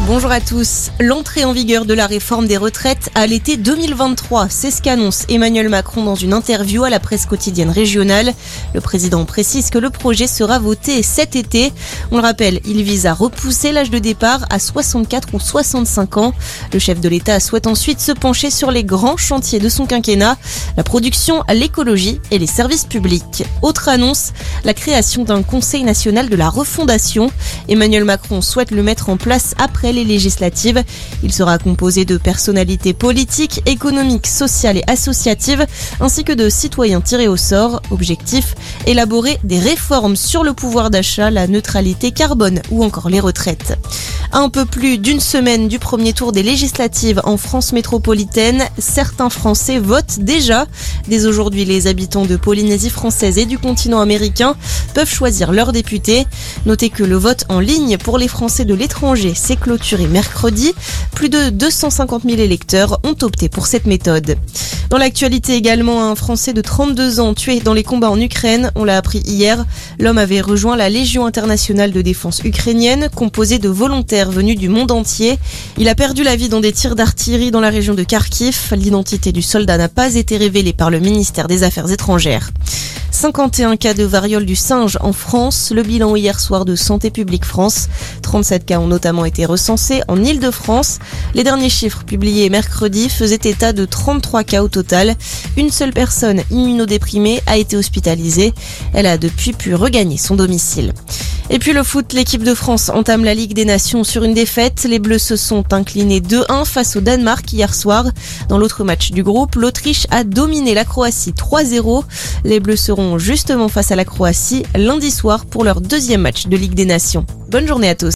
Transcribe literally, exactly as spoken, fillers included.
Bonjour à tous. L'entrée en vigueur de la réforme des retraites à l'été deux mille vingt-trois, c'est ce qu'annonce Emmanuel Macron dans une interview à la presse quotidienne régionale. Le président précise que le projet sera voté cet été. On le rappelle, il vise à repousser l'âge de départ à soixante-quatre ou soixante-cinq ans. Le chef de l'État souhaite ensuite se pencher sur les grands chantiers de son quinquennat, la production, l'écologie et les services publics. Autre annonce, la création d'un Conseil national de la refondation. Emmanuel Macron souhaite le mettre en place après les législatives. Il sera composé de personnalités politiques, économiques, sociales et associatives, ainsi que de citoyens tirés au sort. Objectif, élaborer des réformes sur le pouvoir d'achat, la neutralité carbone ou encore les retraites. À un peu plus d'une semaine du premier tour des législatives en France métropolitaine, certains Français votent déjà. Dès aujourd'hui, les habitants de Polynésie française et du continent américain peuvent choisir leurs députés. Notez que le vote en ligne pour les Français de l'étranger s'est clôturé mercredi. Plus de deux cent cinquante mille électeurs ont opté pour cette méthode. Dans l'actualité également, un Français de trente-deux ans tué dans les combats en Ukraine. On l'a appris hier. L'homme avait rejoint la Légion internationale de défense ukrainienne, composée de volontaires venus du monde entier. Il a perdu la vie dans des tirs d'artillerie dans la région de Kharkiv. L'identité du soldat n'a pas été révélée par le ministère des Affaires étrangères. cinquante et un cas de variole du singe en France. Le bilan hier soir de Santé publique France. trente-sept cas ont notamment été recensés en Île-de-France. Les derniers chiffres publiés mercredi faisaient état de trente-trois cas au total. Une seule personne immunodéprimée a été hospitalisée. Elle a depuis pu regagner son domicile. Et puis le foot, l'équipe de France entame la Ligue des Nations sur une défaite. Les Bleus se sont inclinés deux un face au Danemark hier soir. Dans l'autre match du groupe, l'Autriche a dominé la Croatie trois zéro. Les Bleus seront justement face à la Croatie lundi soir pour leur deuxième match de Ligue des Nations. Bonne journée à tous.